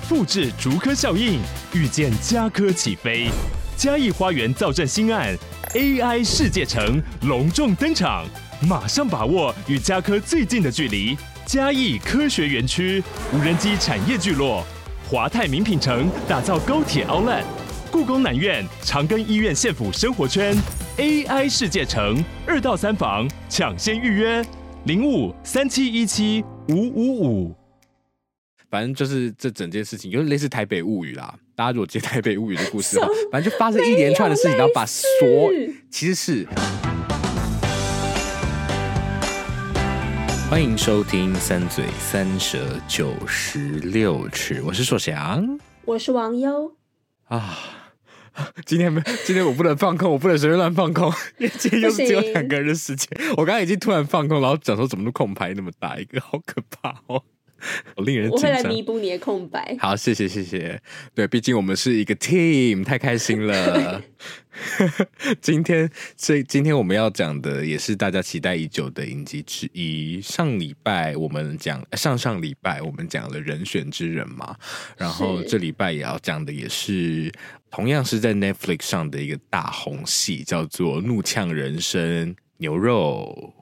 复制竹科效应，预见家科起飞。嘉义花园造镇新案 AI 世界城隆重登场，马上把握与家科最近的距离。嘉义科学园区无人机产业聚落，华泰名品城打造高铁 Outlet， 故宫南院长庚医院县府生活圈 AI 世界城2到3房抢先预约0537175555。 反正就是这整件事情，就是类似台北物语啦。大家如果接台北物语的故事的话，反正就发生一连串的事情，然后把其实是。欢迎收听三嘴三舌96尺，我是硕翔， 我是王优啊。今天我不能放空，我不能随便乱放空，因为今天又是只有2个人的时间。我刚刚已经突然放空，然后讲说怎么空白那么大一个，好可怕哦。好令人紧张， 我会来弥补你的空白。 好，谢谢。对，毕竟我们是一个 team， 太开心了。今天我们要讲的也是大家期待已久的影集之一。上上礼拜我们讲了人选之人嘛，然后这礼拜也要讲的也是同样是在 Netflix 上的一个大红戏，叫做《怒呛人生》牛肉。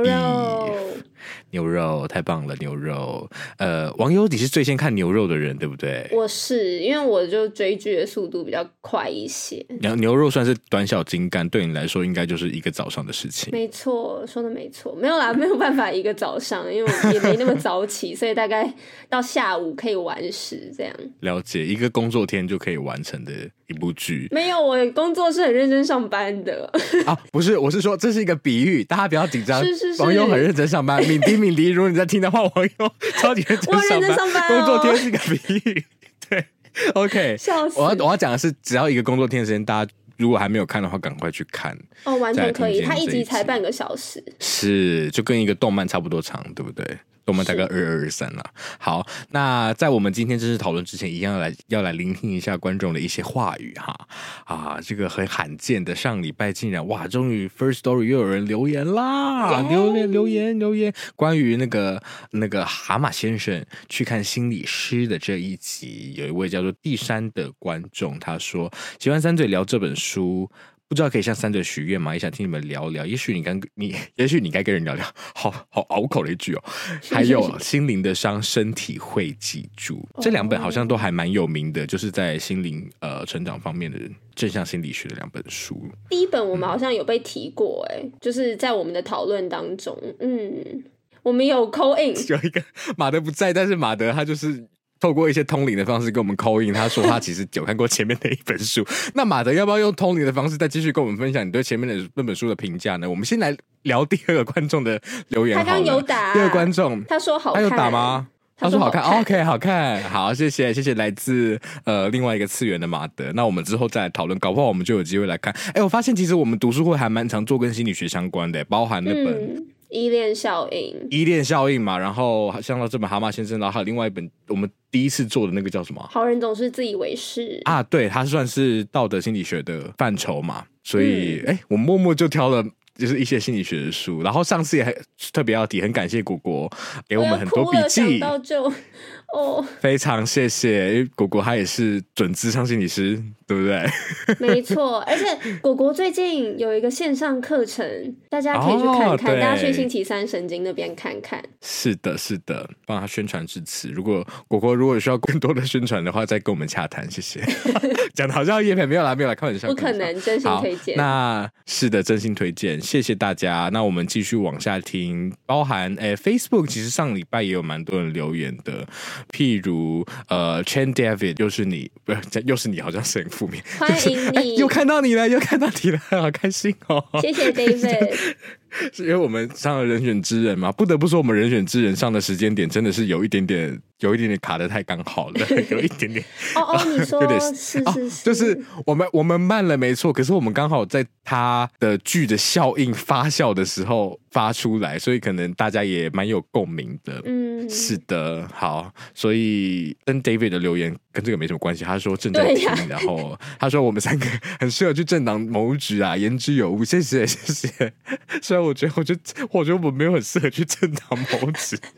牛肉太棒了，牛肉。王优，你是最先看牛肉的人，对不对？ 我是，因为我就追剧的速度比较快一些。 牛肉算是短小精干，对你来说应该就是一个早上的事情。 没错，说的没错。没有啦，没有办法一个早上，因为我也没那么早起，所以大概到下午可以完食这样。了解，一个工作天就可以完成的一部剧。 没有，我工作是很认真上班的。 啊，不是，我是说这是一个比喻，大家不要紧张。 是， 王优很认真上班，敏迪，如果你在听的话，王优超级认真上班，工作天是个比喻。对 ，OK， 笑死！ 我要讲的是，只要一个工作天的时间，大家如果还没有看的话，赶快去看。 哦，完全可以，它一集才半个小时， 是就跟一个动漫差不多长，对不对？动漫大概2223啦。好，那在我们今天正式讨论之前，一样要来聆听一下观众的一些话语哈。啊，这个很罕见的，上礼拜竟然哇，终于 First Story 又有人留言啦！留言，关于那个蛤蟆先生去看心理师的这一集，有一位叫做第三的观众，他说喜欢三嘴聊这本书。不知道可以向三嘴许愿吗？也想听你们聊聊。也许你该跟人聊聊，好拗口的一句哦。还有心灵的伤，身体会记住。这2本好像都还蛮有名的，就是在心灵成长方面的正向心理学的2本书。 第一本我们好像有被提过，就是在我们的讨论当中，我们有 call in， 有一个马德不在，但是马德他就是透过一些通灵的方式跟我们 call in， 他说他其实有看过前面的一本书。那马德要不要用通灵的方式再继续跟我们分享你对前面的那本书的评价呢？我们先来聊第2个观众的留言好了。 他刚有打， 第2个观众他说好看， 他有打吗？他说好看 ，OK， 好看，好，谢谢来自另外一个次元的马德。那我们之后再来讨论，搞不好我们就有机会来看。我发现其实我们读书会还蛮常做跟心理学相关的，包含那本。 依恋效应嘛，然后像到这本蛤蟆先生，然后还有另外一本我们第一次做的那个叫什么？ 好人总是自以为是啊，对，它算是道德心理学的范畴嘛，所以我默默就挑了就是一些心理学的书，然后上次也特别要提，很感谢果果给我们很多笔记， 想到就非常谢谢，因为果果他也是准咨商心理师，对不对？ 没错，而且果果最近有一个线上课程，大家可以去看看，大家去星期三神经那边看看。是的，帮他宣传致辞。果果如果需要更多的宣传的话，再跟我们洽谈，谢谢。讲的好像业配，没有啦，开玩笑， 不可能，真心推荐。 那是的，真心推荐，谢谢大家。那我们继续往下听，包含Facebook 其实上礼拜也有蛮多人留言的。譬如Chen David 又是你，好像是很负面。 欢迎你， 又看到你了，好开心哦！ 谢谢 David。 是因为我们上了人选之人嘛，不得不说我们人选之人上的时间点真的是有一点点卡得太刚好了，有一点点。 你说有点是， 就是我们慢了没错，可是我们刚好在他的剧的效应发酵的时候发出来，所以可能大家也蛮有共鸣的。是的，好，所以跟 David 的留言跟这个没什么关系。他说正在听，然后他说我们3个很适合去政党谋职啊，言之有物，谢谢。虽然我觉得我们没有很适合去政党谋职。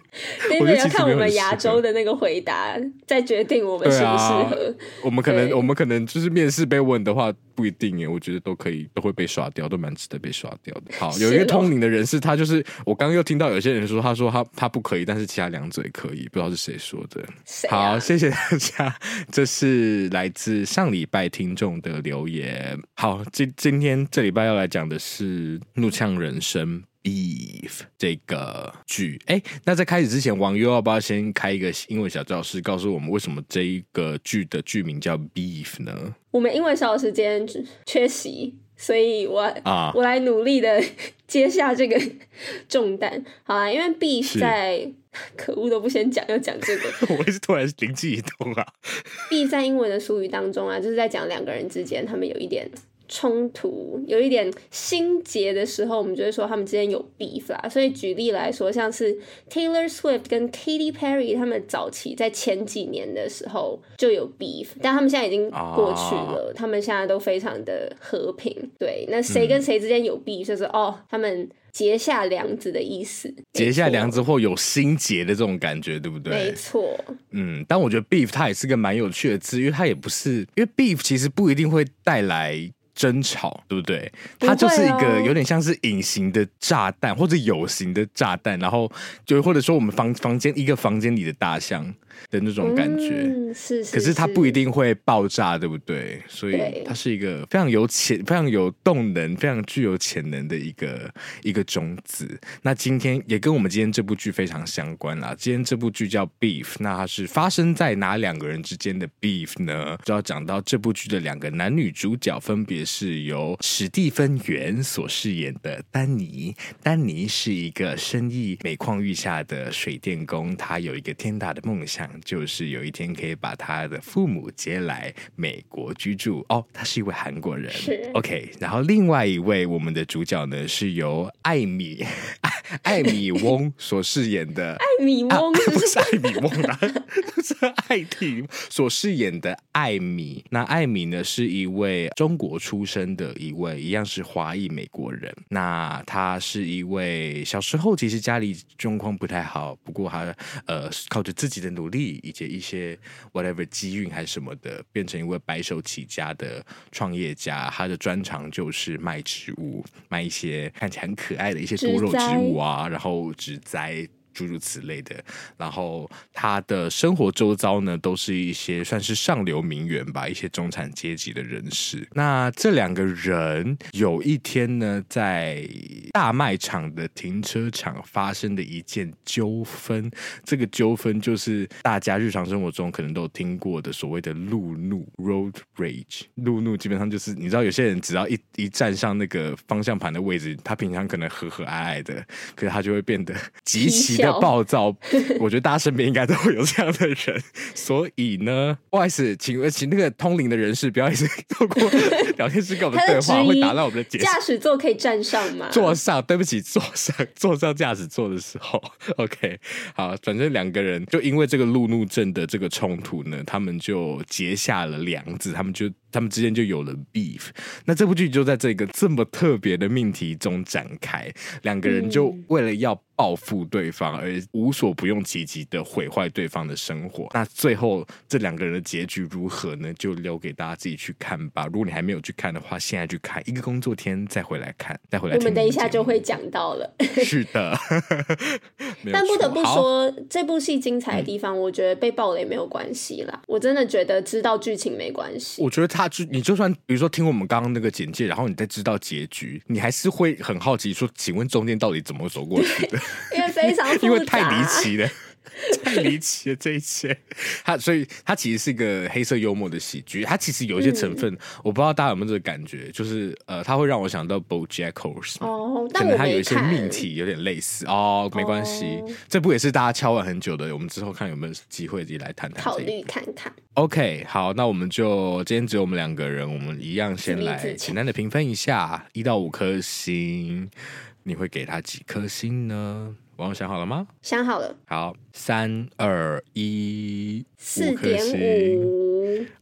对对，要看我们亚洲的那个回答，再决定我们适不适合。 我们可能就是面试被问的话，不一定耶，我觉得都会被刷掉，都蛮值得被刷掉的。好，有一个通灵的人士，他就是我刚刚又听到有些人说，他不可以，但是其他两者也可以，不知道是谁说的。好，谢谢大家，这是来自上礼拜听众的留言。好，今天这礼拜要来讲的是《怒呛人生》Beef 这个剧。那在开始之前，网友要不要先开一个英文小教室，告诉我们为什么这一个剧的剧名叫 Beef 呢？ 我们英文小时间缺席，所以我来努力的接下这个重担。好啦，因为 Beef 在可恶都不先讲，要讲这个， 我也是突然灵机一动啊。 Beef 在英文的俗语当中啊，就是在讲两个人之间他们有一点冲突，有一点心结的时候，我们就会说他们之间有 beef 啦。所以举例来说，像是 Taylor Swift 跟 Katy Perry 他们早期在前几年的时候就有 beef， 但他们现在已经过去了，他们现在都非常的和平。对，那谁跟谁之间有 beef，就是他们结下梁子的意思， 结下梁子或有心结的这种感觉，对不对？ 没错。 但我觉得 beef 它也是个蛮有趣的字，因为它也不是，因为 beef 其实不一定会带来争吵，对不对？它就是一个有点像是隐形的炸弹，或者有形的炸弹，然后就或者说我们一个房间里的大象的那种感觉。 是。 可是它不一定会爆炸，对不对？所以它是一个非常有动能、非常具有潜能的一个种子。那今天也跟我们今天这部剧非常相关啦。今天这部剧叫 Beef， 那它是发生在哪两个人之间的 Beef 呢？就要讲到这部剧的两个男女主角，分别是由史蒂芬·元所饰演的丹尼。丹尼是一个生意每况愈下的水电工，他有一个天大的梦想，就是有一天可以把他的父母接来美国居住。他是一位韩国人。OK， 然后另外一位我们的主角呢，是由艾米翁所饰演的。 艾米翁不是艾米翁啦，是艾蒂所饰演的艾米。那艾米呢，是一位中国出生的一样是华裔美国人。那他是一位小时候其实家里状况不太好，不过他靠着自己的努力以及一些 whatever 机运还是什么的，变成一位白手起家的创业家。他的专长就是卖植物，卖一些看起来很可爱的一些多肉植物啊，然后植栽诸如此类的。然后他的生活周遭呢，都是一些算是上流名媛吧，一些中产阶级的人士。那这两个人有一天呢，在大卖场的停车场发生的一件纠纷。这个纠纷就是大家日常生活中可能都有听过的所谓的路怒 （road rage）。路怒基本上就是你知道，有些人只要一站上那个方向盘的位置，他平常可能和和蔼蔼的，可是他就会变得极其的暴躁。我觉得大家身边应该都会有这样的人。所以呢，不好意思，请那个通灵的人士不要一直透过聊天室跟我们对话，会打乱我们的解释。 驾驶座可以站上吗？ 坐上，对不起，坐上驾驶座的时候 OK， 好，反正两个人就因为这个路怒症的这个冲突呢，他们就结下了梁子，他们之间就有了 beef。 那这部剧就在这个这么特别的命题中展开，两个人就为了要报复对方而无所不用其极的毁坏对方的生活。那最后这两个人的结局如何呢？就留给大家自己去看吧。如果你还没有去看的话，现在去看，一个工作天再回来看，再回来听。 我们等一下就会讲到了。 是的。 但不得不说，这部戏精彩的地方，我觉得被爆雷没有关系啦。我真的觉得知道剧情没关系。 我觉得你就算比如说听我们刚刚那个简介，然后你再知道结局，你还是会很好奇说，请问中间到底怎么走过去的？ 因为非常复杂， 因为太离奇了。太离奇了这一切。所以它其实是一个黑色幽默的喜剧。它其实有一些成分，我不知道大家有没有这个感觉，就是它会让我想到 BoJack Horseman，可能它有一些命题有点类似哦，没关系，这部也是大家敲完很久的，我们之后看有没有机会一起来谈谈， 考虑看看。 OK， 好，那我们就今天只有我们两个人，我们一样先来简单的评分一下，1到5颗星，你会给他几颗星呢？网友想好了吗？ 想好了。 好，3、2、1，5颗星。 4.5。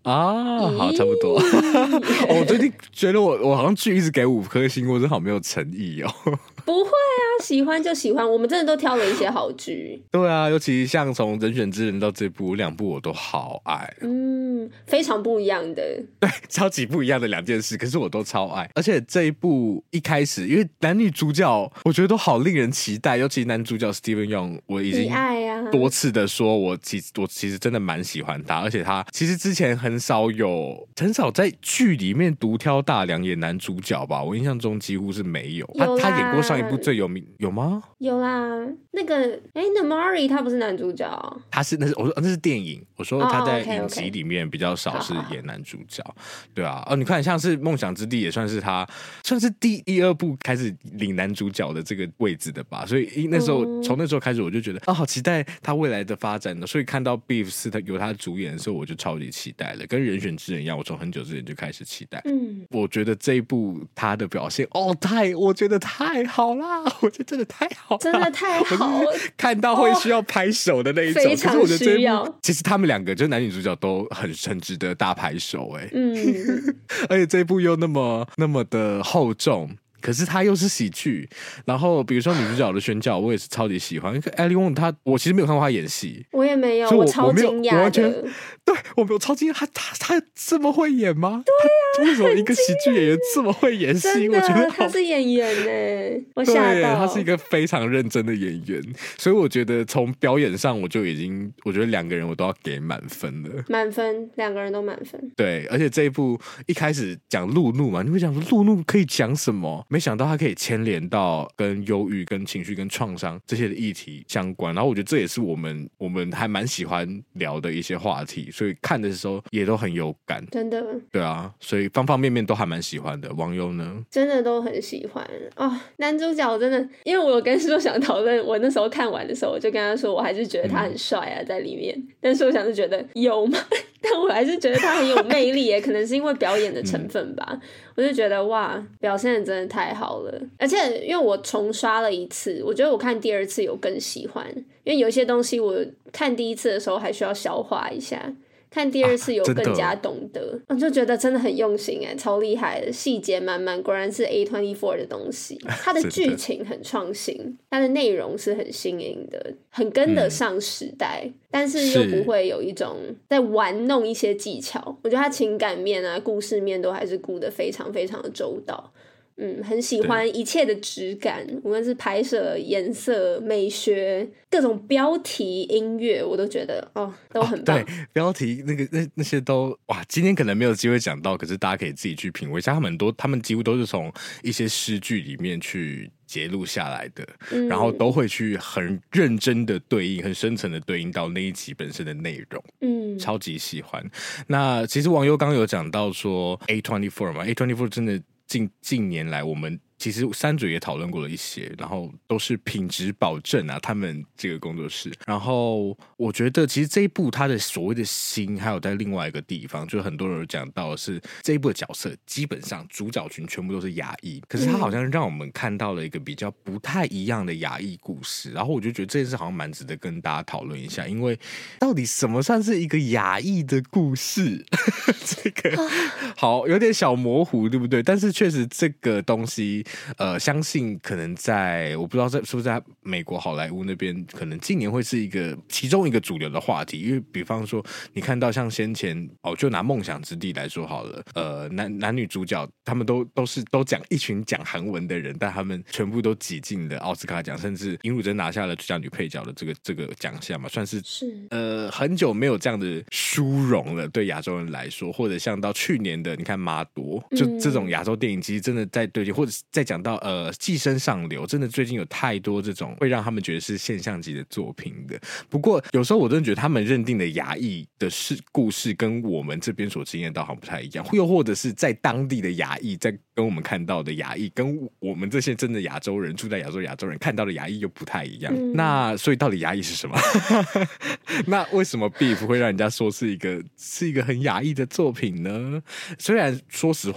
啊，好，差不多。我最近觉得我好像剧一直给5颗星，我真的好没有诚意哦。 不会啊，喜欢就喜欢，我们真的都挑了一些好剧。 对啊，尤其像从《人选之人》到这部，2部我都好爱。 非常不一样的， 对，超级不一样的2件事，可是我都超爱。而且这一部一开始，因为男女主角我觉得都好令人期待，尤其男主角 Steven Yeun， 我已经多次的说我其实真的蛮喜欢他，而且他其实之前很少在剧里面独挑大梁演男主角吧，我印象中几乎是没有。他演过上一部最有名有吗？ 有啦，那个Namari 他不是男主角， 我说那是电影，我说他在影集里面比较少是演男主角。对啊，你看像是《梦想之地》也算是他算是第2部开始领男主角的这个位置的吧，所以那时候从那时候开始我就觉得好期待他未来的发展的，所以看到 Beef 是由他主演的时候，我就超级期待了，跟人选之人一样，我从很久之前就开始期待。我觉得这一部他的表现我觉得太好啦，我觉得真的太好了， 真的太好了， 看到会需要拍手的那一种。 非常需要。可是我觉得这一部其实他们2个就是男女主角都很值得大拍手而且这一部又那么的厚重。可是他又是喜剧，然后比如说女主角的宣教，我也是超级喜欢。Ellie Wong 我其实没有看过他演戏， 我也没有，我超惊讶的。 对，我超惊讶，他这么会演吗？对啊，为什么一个喜剧演员这么会演戏？我觉得他是演员耶，我吓到。 对，他是一个非常认真的演员，所以我觉得从表演上我觉得2个人我都要给满分了， 满分，2个人都满分。 对，而且这一部一开始讲路怒嘛，你会想说路怒可以讲什么？没想到它可以牵连到跟忧郁、跟情绪、跟创伤这些的议题相关，然后我觉得这也是我们还蛮喜欢聊的一些话题，所以看的时候也都很有感， 真的。 对啊，所以方方面面都还蛮喜欢的。网友呢？ 真的都很喜欢哦。男主角真的，因为我有跟硕想讨论，我那时候看完的时候，我就跟他说，我还是觉得他很帅啊，在里面。但是我想是觉得有吗？但我还是觉得他很有魅力耶，可能是因为表演的成分吧。我就觉得哇，表现的真的太好了。而且因为我重刷了1次，我觉得我看第2次有更喜欢，因为有些东西我看第1次的时候还需要消化一下，看第2次有更加懂得，我就觉得真的很用心耶，超厉害的，细节满满，果然是 A24 的东西。它的剧情很创新，它的内容是很新颖的，很跟得上时代，但是又不会有一种在玩弄一些技巧。我觉得它情感面啊、故事面都还是顾得非常非常的周到。很喜欢一切的质感，无论是拍摄、颜色、美学、各种标题、音乐，我都觉得都很棒。 对，标题那些都哇，今天可能没有机会讲到，可是大家可以自己去品味一下。他们几乎都是从一些诗句里面去截录下来的，然后都会去很认真的对应、很深层的对应到那一集本身的内容。超级喜欢。那其实网友刚刚有讲到说 A24 嘛 ，A24 真的。近年来，我们其实三嘴也讨论过了一些，然后都是品质保证啊，他们这个工作室。然后我觉得其实这一部它的所谓的新，还有在另外一个地方，就是很多人有讲到的是这一部的角色基本上主角群全部都是亚裔，可是他好像让我们看到了一个比较不太一样的亚裔故事。然后我就觉得这件事好像蛮值得跟大家讨论一下，因为到底什么算是一个亚裔的故事？这个好有点小模糊，对不对？但是确实这个东西。相信可能我不知道是不是在美国好莱坞那边，可能今年会是其中一个主流的话题。因为比方说，你看到像先前就拿《梦想之地》来说好了，男女主角他们都讲一群讲韩文的人，但他们全部都挤进了奥斯卡奖，甚至尹汝贞拿下了最佳女配角的这个奖项嘛，算是很久没有这样的殊荣了，对亚洲人来说。或者像到去年的，你看妈多，就这种亚洲电影，其实真的在对接，或者再讲到寄生上流，真的最近有太多这种会让他们觉得是现象级的作品的。不过有时候我真的觉得他们认定的亚裔的故事跟我们这边所经验到好像不太一样，又或者是在当地的亚裔在跟我们看到的亚裔，跟我们这些真的亚洲人住在亚洲人看到的亚裔又不太一样。那所以到底亚裔是什么？那为什么 Beef 会让人家说是一个很亚裔的作品呢？虽然说实话，在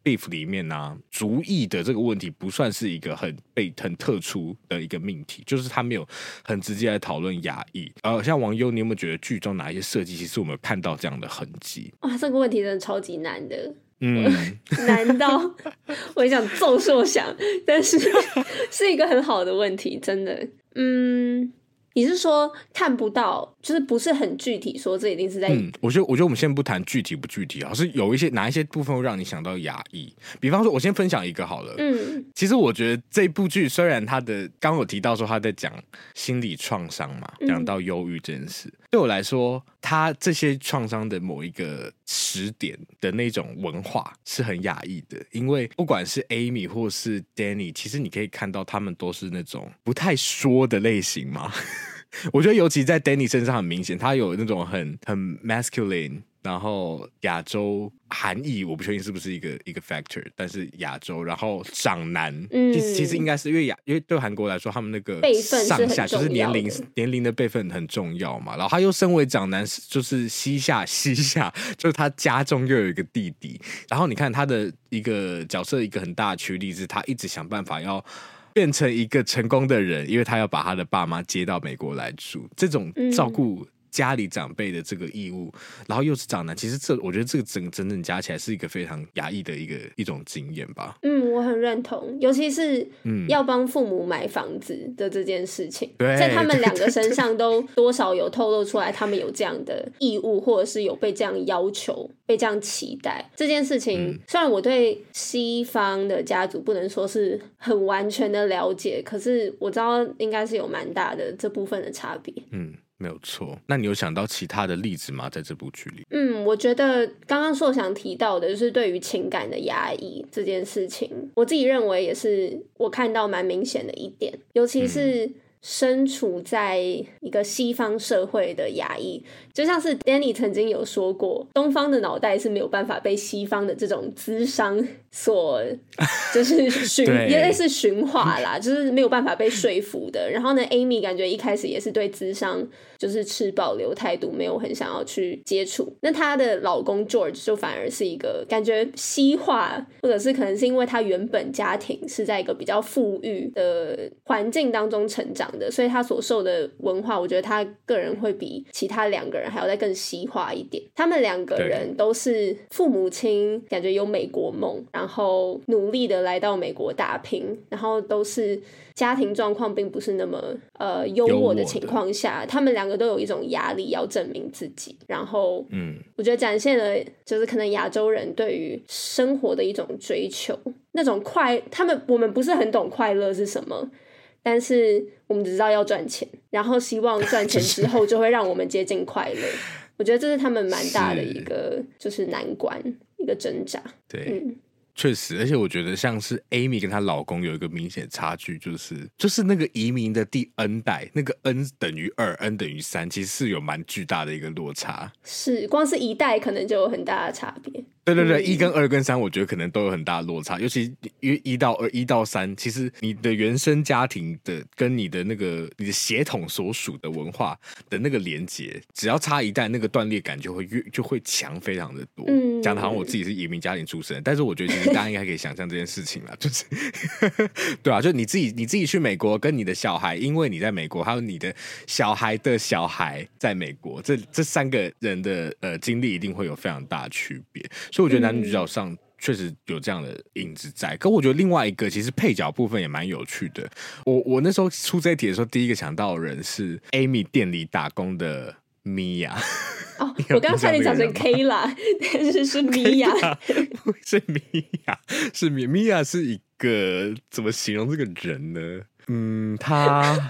beef 里面啊，族裔的这个问题不算是一个很特殊的一个命题，就是他没有很直接来讨论亚裔。像王优，你有没有觉得剧中哪一些设计，其实我们有看到这样的痕迹？ 哇，这个问题真的超级难的。难道我也想奏硕想，但是是一个很好的问题，真的。你是说看不到，就是不是很具体说这一定是在我觉得我们先不谈具体不具体，是有哪一些部分会让你想到亚裔。比方说我先分享一个好了。其实我觉得这部剧虽然它的刚刚有提到说他在讲心理创伤嘛，讲到忧郁这件事，对我来说他这些创伤的某一个时点的那种文化是很亚裔的，因为不管是 Amy 或是 Danny， 其实你可以看到他们都是那种不太说的类型嘛。我觉得尤其在 Danny 身上很明显，他有那种很 masculine， 然后亚洲韩裔我不确定是不是一个 factor， 但是亚洲，然后长男，其实应该是因为对韩国来说，他们那个上下就是年龄的辈分很重要嘛。然后他又身为长男，就是膝下，就是他家中又有一个弟弟。然后你看他的一个角色，一个很大的驱力是他一直想办法要变成一个成功的人，因为他要把他的爸妈接到美国来住，这种照顾家里长辈的这个义务，然后又是长男，其实我觉得这个整整加起来是一个非常亚裔的一种经验吧。 我很认同，尤其是要帮父母买房子的这件事情，在他们两个身上都多少有透露出来，他们有这样的义务，或者是有被这样要求、被这样期待。这件事情，虽然我对西方的家族不能说是很完全的了解，可是我知道应该是有蛮大的这部分的差别。 没有错。那你有想到其他的例子吗？在这部剧里？ 我觉得刚刚硕想提到的就是对于情感的压抑这件事情，我自己认为也是我看到蛮明显的一点，尤其是身处在一个西方社会的亚裔，就像是 Danny 曾经有说过，东方的脑袋是没有办法被西方的这种咨商所就是也类似驯化啦，就是没有办法被说服的。然后呢 Amy 感觉一开始也是对咨商就是持保留态度，没有很想要去接触。那她的老公 George 就反而是一个感觉西化，或者是可能是因为他原本家庭是在一个比较富裕的环境当中成长的，所以他所受的文化，我觉得他个人会比其他两个人还要再更西化一点。他们两个人都是父母亲感觉有美国梦，然后努力的来到美国打拼，然后都是家庭状况并不是那么优渥的情况下，他们两个都有一种压力要证明自己，然后我觉得展现了就是可能亚洲人对于生活的一种追求，那种我们不是很懂快乐是什么，但是我们只知道要赚钱，然后希望赚钱之后就会让我们接近快乐。我觉得这是他们蛮大的一个就是难关，一个挣扎。 对，确实，而且我觉得像是 Amy 跟她老公有一个明显的差距，就是那个移民的第 N 代，那个 N 等于2 N 等于3，其实是有蛮巨大的一个落差。是， 光是一代可能就有很大的差别。 对对对，1跟2跟3我觉得可能都有很大的落差，尤其因为1到2、1到3，其实你的原生家庭的跟你的血统所属的文化的那个连结，只要差一代，那个断裂感就会强非常的多。讲的好像我自己是移民家庭出身，但是我觉得其实大家应该可以想象这件事情啦，就是对啊，就你自己去美国，跟你的小孩，因为你在美国，还有你的小孩的小孩在美国，这3个人的经历一定会有非常大的区别。所以我觉得男女主角上确实有这样的影子在，可我觉得另外一个其实配角部分也蛮有趣的。我那时候出这一题的时候，第一个想到的人是 Amy 店里打工的 Mia。 我刚刚差点讲成 Kayla， 但是 Mia， 不是 Mia， 是 Mia 是一个怎么形容这个人呢？他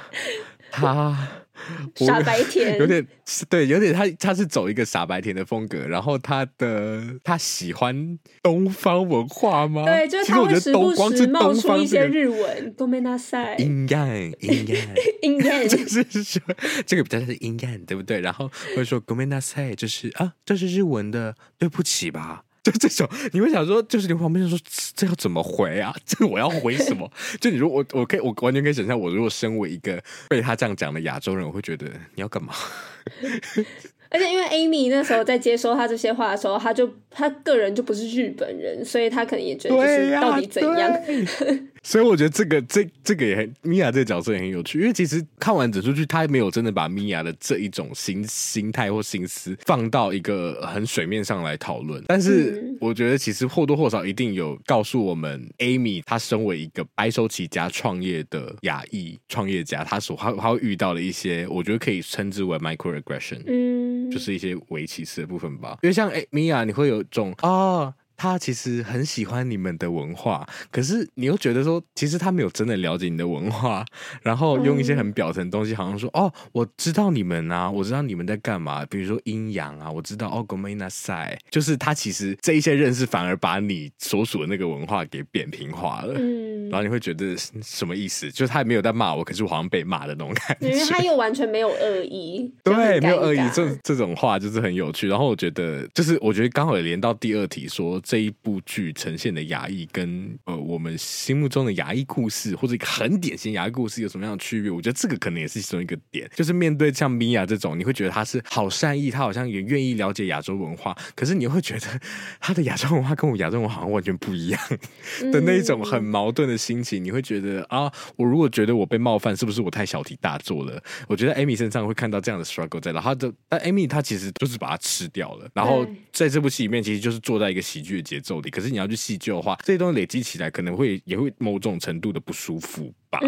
傻白甜， 有点他是走一个傻白甜的风格，然后他喜欢东方文化吗？ 对，就是他会时不时冒出一些日文，ごめんなさい， 阴阳，就是说这个比较是阴阳，对不对？然后会说ごめんなさい，就是这是日文的对不起吧。就这种，你会想说，就是你旁边说这要怎么回啊？这我要回什么？就你说我完全可以想象，我如果身为一个被他这样讲的亚洲人，我会觉得你要干嘛？ 而且因为 Amy 那时候在接收他这些话的时候，他就他个人就不是日本人，所以他可能也觉得就是到底怎样。 所以我觉得这个也很米娅这个角色也很有趣，因为其实看完整出剧，他没有真的把米娅的这一种心态或心思放到一个很水面上来讨论，但是我觉得其实或多或少一定有告诉我们 Amy 她身为一个白手起家创业的亚裔创业家，她会遇到的一些我觉得可以称之为 microaggression，就是一些微歧视的部分吧。因为像米娅你会有种他其实很喜欢你们的文化，可是你又觉得说其实他没有真的了解你的文化，然后用一些很表层的东西，好像说我知道你们啊，我知道你们在干嘛，比如说阴阳啊，我知道ごめんなさい，就是他其实这一些认识反而把你所属的那个文化给扁平化了，然后你会觉得什么意思，就是他也没有在骂我，可是我好像被骂的那种感觉， 因为他又完全没有恶意， 对，没有恶意，这种话就是很有趣。然后我觉得刚好也连到第二题说这一部剧呈现的亚裔跟我们心目中的亚裔故事或者一个很典型亚裔故事有什么样的区别，我觉得这个可能也是其中一个点，就是面对像米娅这种你会觉得他是好善意，他好像也愿意了解亚洲文化，可是你会觉得他的亚洲文化跟我亚洲文化好像完全不一样的那一种很矛盾的心情，你会觉得我如果觉得我被冒犯，是不是我太小题大做了？我觉得 Amy 身上会看到这样的 struggle 在，然后但 Amy 她其实就是把它吃掉了，然后在这部戏里面其实就是坐在一个喜剧的节奏里，可是你要去细究的话，这些东西累积起来可能也会某种程度的不舒服吧。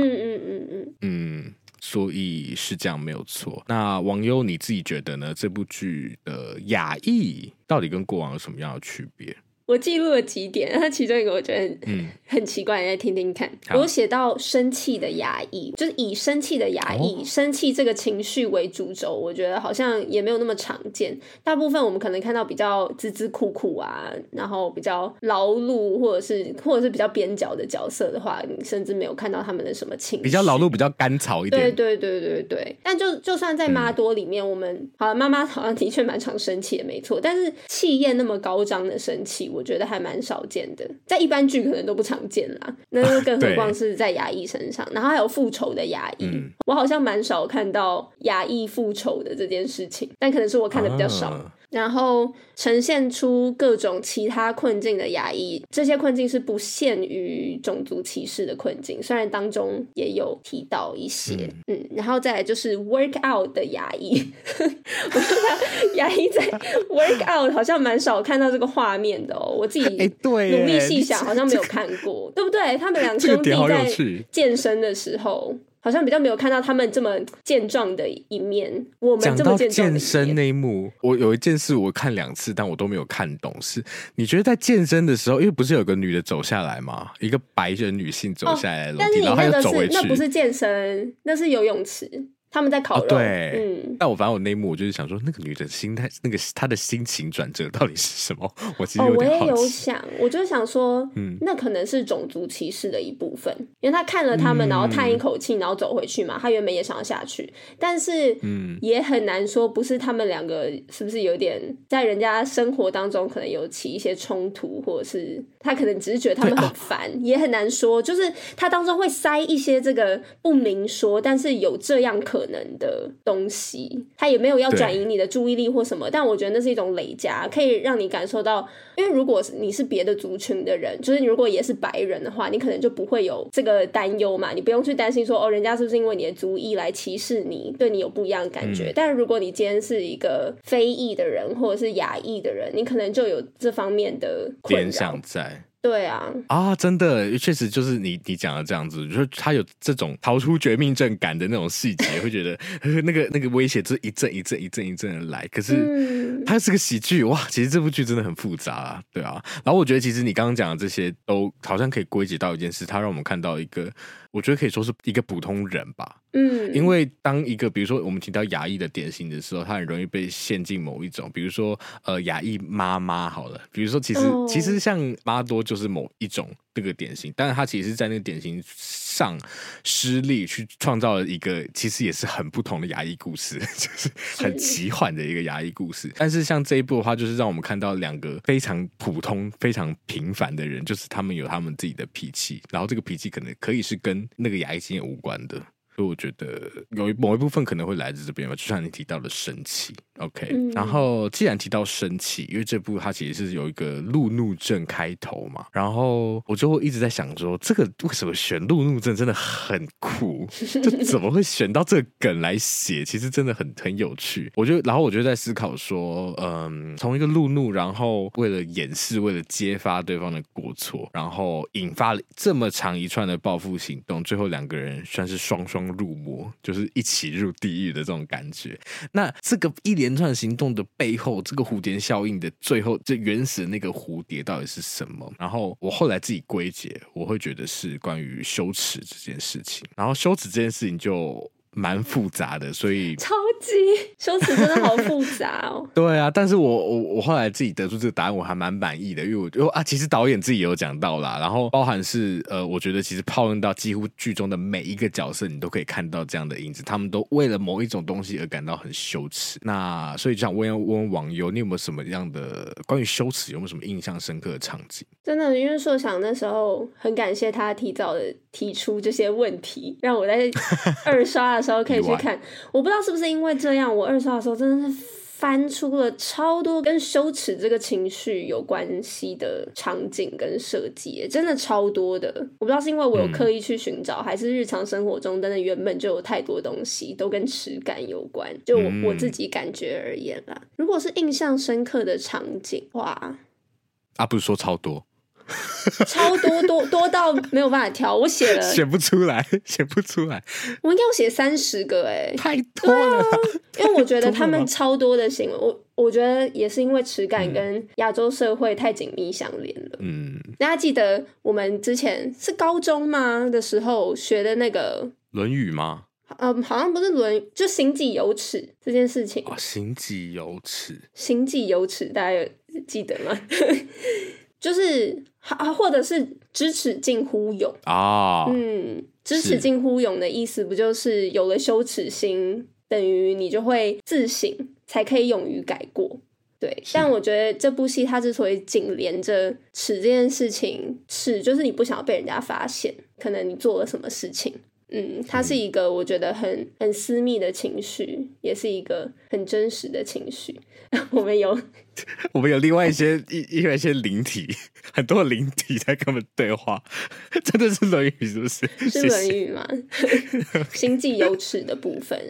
所以是这样没有错。那网友你自己觉得呢？这部剧的亚裔到底跟过往有什么样的区别？ 我记录了几点，那其中一个我觉得很奇怪，来听听看。我写到生气的亚裔，就是以生气的亚裔，生气这个情绪为主轴，我觉得好像也没有那么常见。大部分我们可能看到比较孜孜酷酷啊，然后比较劳碌或者是比较边角的角色的话，你甚至没有看到他们的什么情绪， 比较劳碌，比较干草一点。 对。但就算在妈多里面，我们好了，妈妈好像的确蛮常生气的，没错。但是气焰那么高涨的生气，我觉得还蛮少见的，在一般剧可能都不常见啦，那更何况是在亚裔身上。然后还有复仇的亚裔，我好像蛮少看到亚裔复仇的这件事情，但可能是我看的比较少。然后呈现出各种其他困境的亚裔，这些困境是不限于种族歧视的困境，虽然当中也有提到一些然后再来就是 work out 的亚裔我觉得亚裔在 work out 好像蛮少看到这个画面的我自己努力细想好像没有看过对不对？他们两兄弟在健身的时候好像比较没有看到他们这么健壮的一面，我们这么健壮的一面。讲到健身那一幕，我有一件事我看2次，但我都没有看懂。是你觉得在健身的时候，因为不是有个女的走下来吗？一个白人女性走下来楼梯，然后她又走回去。 那不是健身，那是游泳池。他们在烤肉， 对，但反正我那一幕我就是想说，那个女的心态，那个她的心情转折到底是什么？我其实有点好奇。 我也有想，我就想说，那可能是种族歧视的一部分，因为他看了他们，然后叹一口气，然后走回去嘛。他原本也想要下去，但是也很难说，不是他们两个是不是有点在人家生活当中可能有起一些冲突，或者是他可能只是觉得他们很烦，也很难说。就是他当中会塞一些这个不明说，但是有这样可能的东西，他也没有要转移你的注意力或什么，但我觉得那是一种累加，可以让你感受到，因为如果你是别的族群的人，就是你如果也是白人的话，你可能就不会有这个担忧嘛，你不用去担心说人家是不是因为你的族裔来歧视你，对你有不一样的感觉。但如果你今天是一个非裔的人或者是亚裔的人，你可能就有这方面的困扰联想在。 对啊， 真的确实就是你讲的这样子，就是他有这种逃出绝命镇感的那种细节，会觉得那个威胁就是一阵一阵的来。可是它是个喜剧，哇，其实这部剧真的很复杂对啊。然后我觉得其实你刚刚讲的这些都好像可以归结到一件事，它让我们看到一个，我觉得可以说是一个普通人吧。因为当一个比如说我们提到亚裔的典型的时候，他很容易被陷进某一种，比如说亚裔妈妈好了，比如说其实像妈多就是某一种这个典型，但是他其实在那个典型上施力去创造了一个其实也是很不同的亚裔故事，就是很奇幻的一个亚裔故事。但是像这一部的话，就是让我们看到2个非常普通非常平凡的人，就是他们有他们自己的脾气，然后这个脾气可能可以是跟那个亚裔经验无关的。 所以我觉得某一部分可能会来自这边吧，就像你提到的生气。OK，然后既然提到生气，因为这部它其实是有一个路怒症开头嘛，然后我就会一直在想说，这个为什么选路怒症真的很酷，就怎么会选到这个梗来写？其实真的很有趣。然后我就在思考说，从一个路怒，然后为了掩饰、为了揭发对方的过错，然后引发了这么长一串的报复行动，最后两个人算是双双入魔，就是一起入地狱的这种感觉。那这个一连串行动的背后，这个蝴蝶效应的最后，这原始的那个蝴蝶到底是什么？然后我后来自己归结，我会觉得是关于羞耻这件事情。然后羞耻这件事情就蛮复杂的，所以超级羞耻真的好复杂哦。 对啊，但是我后来自己得出这个答案，我还蛮满意的，因为其实导演自己也有讲到啦，然后包含是我觉得其实套用到几乎剧中的每一个角色，你都可以看到这样的影子，他们都为了某一种东西而感到很羞耻。那所以就想问网友，你有没有什么样的关于羞耻，有没有什么印象深刻的场景？ 真的，因为硕想那时候很感谢他提早的提出这些问题，让我在二刷的时候可以去看。我不知道是不是因为这样，我二刷的时候真的是翻出了超多跟羞耻这个情绪有关系的场景跟设计，真的超多的。我不知道是因为我有刻意去寻找，还是日常生活中真的原本就有太多东西都跟耻感有关，就我自己感觉而言啦。如果是印象深刻的场景，哇， 不是说超多。 超多到没有办法挑，我写了写不出来， 我应该要写30个太多了， 因为我觉得他们超多的行为，我觉得也是因为耻感跟亚洲社会太紧密相连了。大家记得我们之前是高中吗的时候学的那个论语吗？ 好像不是论语，就行己有耻这件事情。 行己有耻， 大家有记得吗？就是或者是知耻近乎勇知耻近乎勇的意思不就是有了羞耻心，等于你就会自省，才可以勇于改过。对，但我觉得这部戏它之所以紧连着耻这件事情，耻就是你不想要被人家发现，可能你做了什么事情。它是一个我觉得很私密的情绪，也是一个很真实的情绪。我们有另外一些灵体，很多灵体在跟我们对话，真的是论语是不是？ 是论语吗？行己有耻的部分。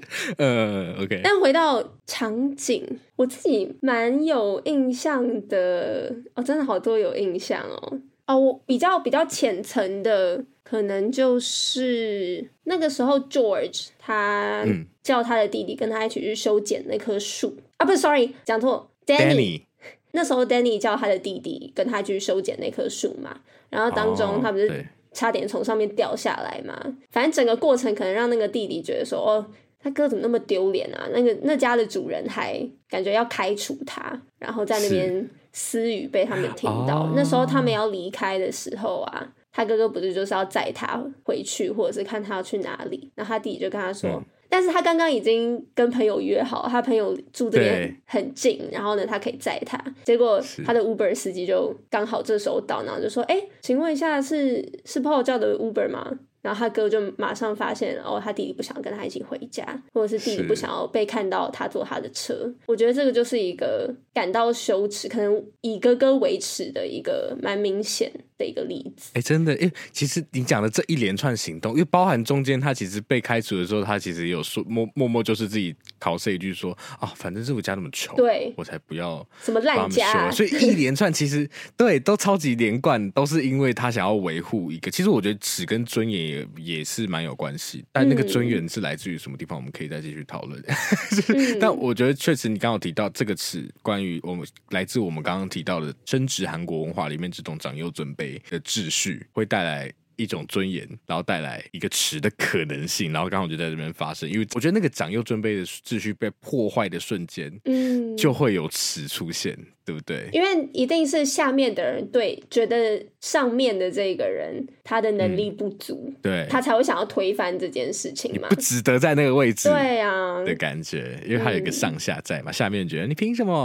OK。 但回到场景，我自己蛮有印象的真的好多有印象我比较浅层的，可能就是那个时候 George 他叫他的弟弟跟他一起去修剪那棵树不是 sorry 讲错 Danny 那时候 Danny 叫他的弟弟跟他去修剪那棵树嘛，然后当中他不是差点从上面掉下来嘛，反正整个过程可能让那个弟弟觉得说他哥怎么那么丢脸啊，那家的主人还感觉要开除他，然后在那边私语被他们听到。那时候他们要离开的时候他哥哥不是就是要载他回去，或者是看他要去哪里，然后他弟弟就跟他说但是他刚刚已经跟朋友约好，他朋友住这边很近，然后呢他可以载他，结果他的 Uber 司机就刚好这时候到，然后就说请问一下是Paul叫的 Uber 吗？然后他哥就马上发现他弟弟不想跟他一起回家，或者是弟弟不想要被看到他坐他的车。我觉得这个就是一个感到羞耻，可能以哥哥为耻的一个蛮明显的一个例子。 真的其实你讲的这一连串行动，因为包含中间他其实被开除的时候，他其实也有说默默就是自己考试一句说反正是我家那么穷， 对， 我才不要什么烂家所以一连串其实对都超级连贯，都是因为他想要维护一个，其实我觉得耻跟尊严也是蛮有关系，但那个尊严是来自于什么地方，我们可以再继续讨论。但我觉得确实你刚刚有提到这个耻，关于来自我们刚刚提到的深植韩国文化里面这种长幼尊卑的秩序，会带来一种尊严，然后带来一个耻的可能性，然后刚好就在这边发生。因为我觉得那个长幼尊卑的秩序被破坏的瞬间，就会有耻出现，对不对？ 因为一定是下面的人觉得上面的这个人他的能力不足， 对， 他才会想要推翻这件事情嘛， 你不值得在那个位置， 对啊的感觉，因为他有一个上下在嘛，下面觉得你凭什么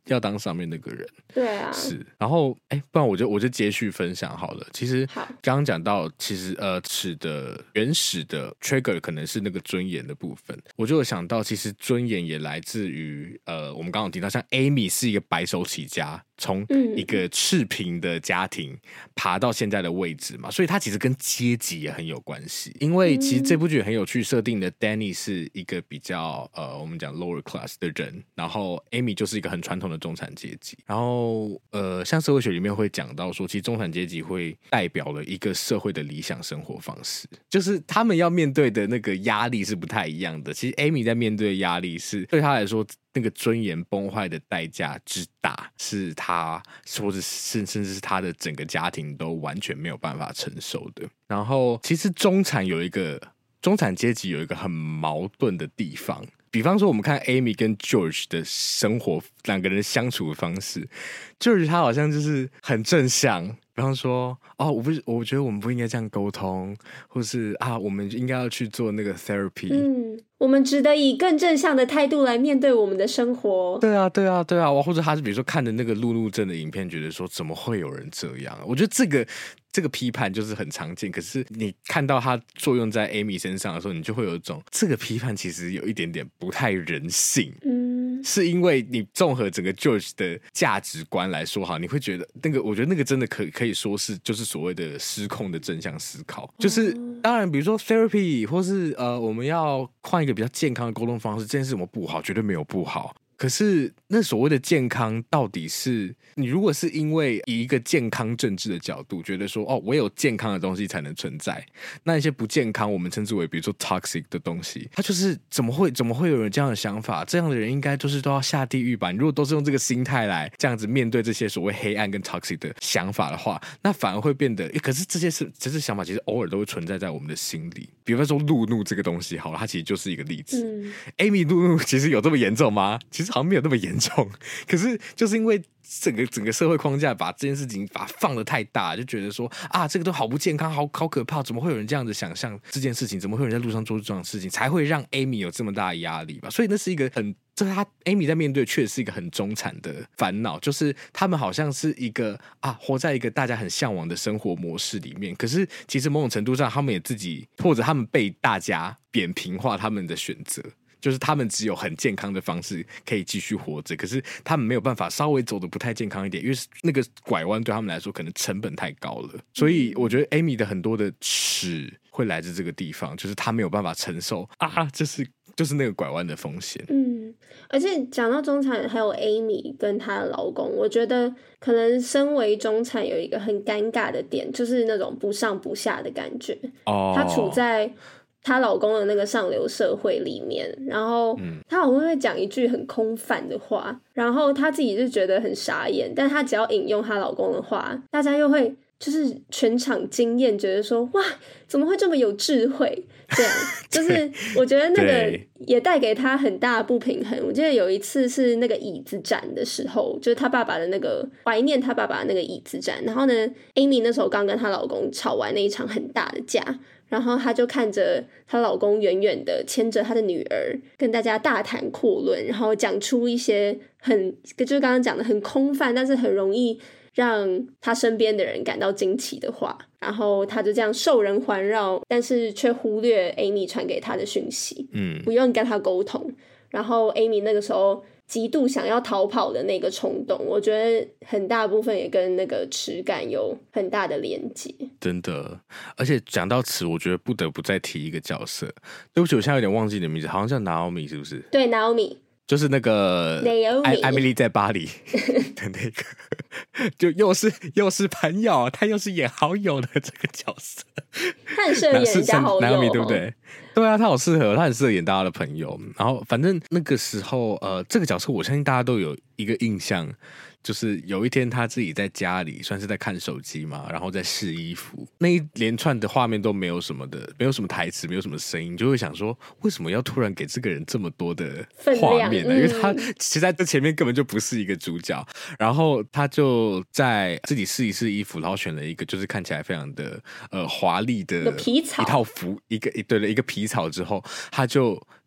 要当上面那个人。 对啊， 是。然后不然我就接续分享好了。其实刚刚讲到，其实尺的原始的 trigger 可能是那个尊严的部分，我就有想到，其实尊严也来自于我们刚刚有提到，像 Amy 是一个白手起家，从一个赤贫的家庭爬到现在的位置嘛，所以他其实跟阶级也很有关系。因为其实这部剧很有趣设定的 Danny 是一个比较我们讲 lower class 的人，然后 Amy 就是一个很传统的中产阶级。然后像社会学里面会讲到说，其实中产阶级会代表了一个社会的理想生活方式，就是他们要面对的那个压力是不太一样的。其实 Amy 在面对的压力是对他来说，那个尊严崩坏的代价之大，是他或者甚至是他的整个家庭都完全没有办法承受的。然后其实中产阶级有一个很矛盾的地方，比方说我们看 Amy 跟 George 的生活，两个人相处的方式， George 他好像就是很正向，比方说我觉得我们不应该这样沟通，或是我们应该要去做那个 therapy， 我们值得以更正向的态度来面对我们的生活。 对啊，或者他是比如说看的那个路怒症的影片，觉得说怎么会有人这样？我觉得这个批判就是很常见，可是你看到它作用在 Amy 身上的时候，你就会有一种这个批判其实有一点点不太人性。是因为你综合整个 George 的价值观来说，好，你会觉得我觉得那个真的可以说是就是所谓的失控的正向思考。就是当然比如说 therapy 或是我们要换一个比较健康的沟通方式，这件事怎么不好，绝对没有不好。可是那所谓的健康到底是你如果是因为以一个健康政治的角度觉得说我有健康的东西才能存在，那一些不健康我们称之为比如说 toxic 的东西，它就是怎么会有人这样的想法？这样的人应该就是都要下地狱吧？你如果都是用这个心态来这样子面对这些所谓黑暗跟 toxic 的想法的话，那反而会变得可是这些想法其实偶尔都会存在在我们的心里。比方说路怒这个东西好了，它其实就是一个例子。Amy 路怒其实有这么严重吗？其实好像没有那么严重，可是就是因为整个社会框架把这件事情把它放得太大，就觉得说这个都好不健康，好可怕，怎么会有人这样子想象这件事情？怎么会有人在路上做这样的事情？才会让 Amy 有这么大的压力吧？所以那是一个这他 Amy 在面对确实是一个很中产的烦恼，就是他们好像是一个活在一个大家很向往的生活模式里面，可是其实某种程度上他们也自己或者他们被大家扁平化他们的选择，就是他们只有很健康的方式可以继续活着，可是他们没有办法稍微走得不太健康一点，因为那个拐弯对他们来说可能成本太高了。所以我觉得 Amy 的很多的耻会来自这个地方，就是他没有办法承受就是那个拐弯的风险。 而且讲到中产还有 Amy 跟她的老公，我觉得可能身为中产有一个很尴尬的点，就是那种不上不下的感觉。她处在她老公的那个上流社会里面，然后她老公会讲一句很空泛的话，然后她自己就觉得很傻眼，但她只要引用她老公的话，大家又会就是全场惊艳，觉得说哇怎么会这么有智慧，这样就是我觉得那个也带给他很大的不平衡。我记得有一次是那个椅子展的时候，就是他爸爸的那个怀念他爸爸的那个椅子展，然后呢 Amy 那时候刚跟她老公吵完那一场很大的架，然后她就看着她老公远远的牵着她的女儿跟大家大谈阔论，然后讲出一些就是刚刚讲的很空泛但是很容易让他身边的人感到惊奇的话，然后他就这样受人环绕，但是却忽略 Amy 传给他的讯息，不用跟他沟通。然后 Amy 那个时候极度想要逃跑的那个冲动，我觉得很大部分也跟那个耻感有很大的连结。 真的，而且讲到耻，我觉得不得不再提一个角色。对不起，我现在有点忘记你的名字，好像叫 Naomi 是不是？ 对 Naomi， 就是那个艾米丽在巴黎的那个，就又是朋友，他又是演好友的这个角色， 他很适合演人家好友 ，Naomi 对不对？对啊，他好适合，他很适合演大家的朋友。然后反正那个时候，这个角色我相信大家都有一个印象。就是有一天他自己在家里算是在看手机嘛，然后在试衣服，那一连串的画面都没有什么台词，没有什么声音，就会想说为什么要突然给这个人这么多的画面呢？因为他其实在这前面根本就不是一个主角。然后他就在自己试一试衣服，然后选了一个就是看起来非常的华丽的皮草一套服，一个皮草之后，他就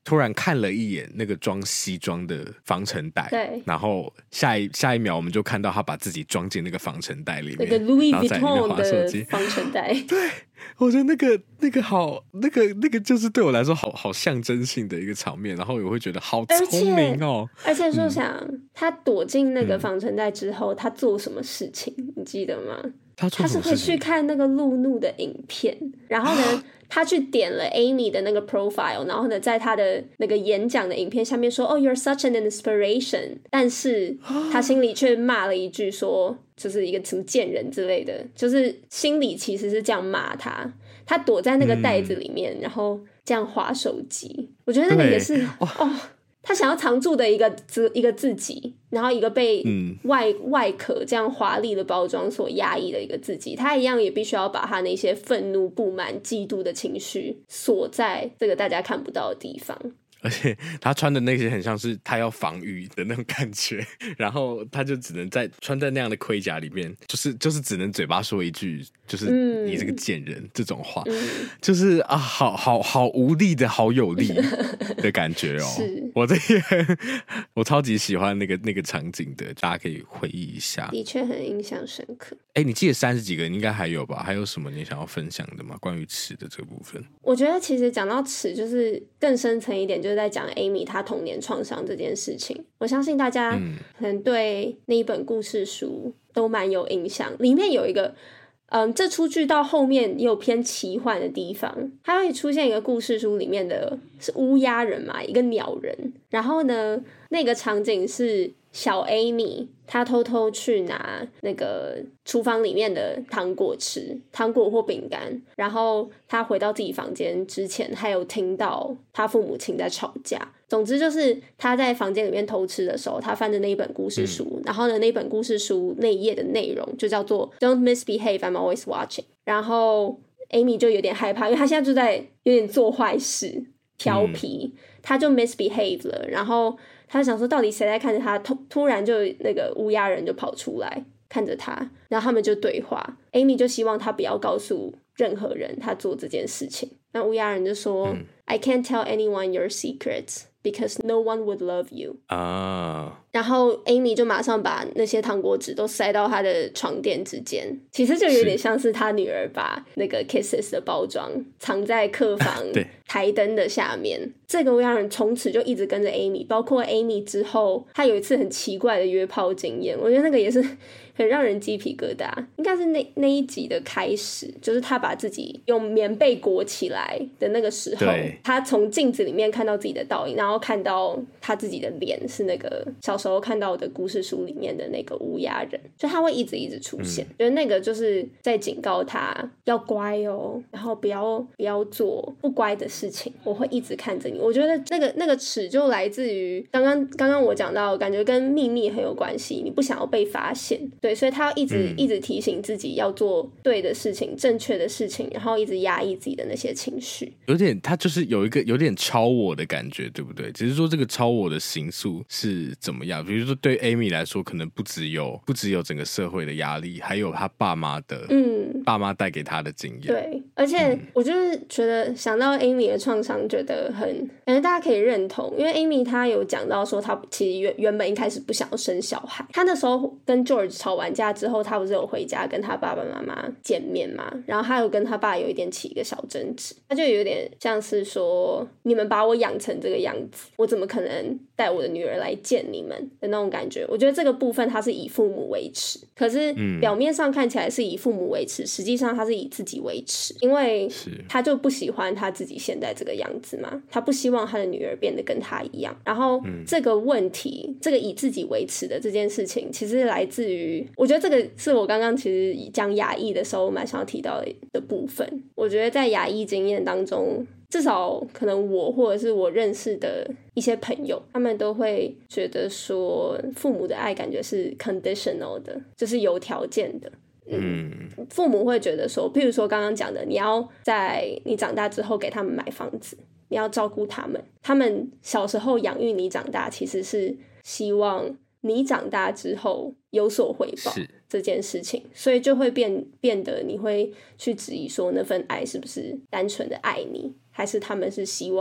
突然看了一眼那个装西装的防尘袋， 对， 然后下一秒我们就看到他把自己装进那个防尘袋里面， 那个 Louis 然后在里面 Vuitton 滑手机的防尘袋。 对，我觉得那个好，那个就是对我来说好象征性的一个场面，然后我会觉得好聪明哦。 而且说想，他躲进那个防尘袋之后，他做什么事情，你记得吗？ 他是会去看那个路怒的影片，然后呢，他去点了 Amy 的那个 profile， 然后呢，在他的那个演讲的影片下面说，Oh, you're such an inspiration， 但是他心里却骂了一句说，就是一个什么贱人之类的，就是心里其实是这样骂他。他躲在那个袋子里面，然后这样滑手机，我觉得那个也是他想要藏住的一个自己，然后一个被外壳这样华丽的包装所压抑的一个自己，他一样也必须要把他那些愤怒、不满、嫉妒的情绪锁在这个大家看不到的地方。 而且他穿的那些很像是他要防御的那种感觉，然后他就只能穿在那样的盔甲里面，就是只能嘴巴说一句，就是你这个贱人这种话，就是啊，好无力的好有力的感觉哦。 是， 我超级喜欢那个场景的，大家可以回忆一下， 的确很印象深刻。 你记得30几个，你应该还有吧？还有什么你想要分享的吗？关于尺的这个部分， 我觉得其实讲到尺，就是更深层一点，就是在讲 Amy 她童年创伤这件事情。我相信大家可能对那一本故事书都蛮有印象，里面有一个这出剧到后面也有偏奇幻的地方，它会出现一个故事书里面的是乌鸦人嘛，一个鸟人，然后呢那个场景是小 Amy 她偷偷去拿那个厨房里面的糖果吃，糖果或饼干，然后她回到自己房间之前还有听到她父母亲在吵架。总之就是她在房间里面偷吃的时候，她翻着那一本故事书，然后呢那本故事书那一页的内容就叫做 Don't misbehave, I'm always watching。 然后 Amy 就有点害怕，因为她现在就在有点做坏事调皮，她就 misbehave 了，然后他想说到底谁在看着他，突然就那个乌鸦人就跑出来看着他，然后他们就对话。 Amy 就希望他不要告诉任何人他做这件事情，那乌鸦人就说I can't tell anyone your secrets because no one would love you 然后 Amy 就马上把那些糖果纸都塞到她的床垫之间，其实就有点像是她女儿把那个 Kisses 的包装藏在客房台灯的下面。这个乌鸦人从此就一直跟着 Amy， 包括 Amy 之后她有一次很奇怪的约炮经验，我觉得那个也是很让人鸡皮疙瘩。应该是那一集的开始，就是她把自己用棉被裹起来的那个时候，她从镜子里面看到自己的倒影，然后看到她自己的脸是那个小时候看到的故事书里面的那个乌鸦人，就他会一直出现，觉得那个就是在警告他要乖哦，然后不要做不乖的事情，我会一直看着你。我觉得那个尺就来自于刚刚我讲到，感觉跟秘密很有关系，你不想要被发现，对，所以他要一直提醒自己要做对的事情、正确的事情，然后一直压抑自己的那些情绪。 他就是有点超我的感觉，对不对？只是说这个超我的形塑是怎么样？比如说对 Amy 来说，可能不只有整个社会的压力，还有他爸妈带给他的经验。 对，而且我就是觉得想到 Amy 的创伤，觉得感觉大家可以认同，因为 Amy 她有讲到说，她其实原本一开始不想要生小孩。她那时候跟 George 吵完架之后，她不是有回家跟她爸爸妈妈见面嘛？然后她有跟她爸有一点起一个小争执，她就有点像是说，你们把我养成这个样子，我怎么可能带我的女儿来见你们的那种感觉。我觉得这个部分他是以父母为耻，可是表面上看起来是以父母为耻，实际上他是以自己为耻，因为他就不喜欢他自己现在这个样子嘛，他不希望他的女儿变得跟他一样。然后这个问题，这个以自己为耻的这件事情，其实来自于，我觉得这个是我刚刚其实讲亚裔的时候蛮想要提到的部分。我觉得在亚裔经验当中，至少可能我或者是我认识的一些朋友，他们都会觉得说父母的爱感觉是 conditional 的，就是有条件的。父母会觉得说，譬如说刚刚讲的，你要在你长大之后给他们买房子，你要照顾他们，他们小时候养育你长大，其实是希望你长大之后有所回报这件事情，所以就会变得你会去质疑说，那份爱是不是单纯的爱你，还是他们是希望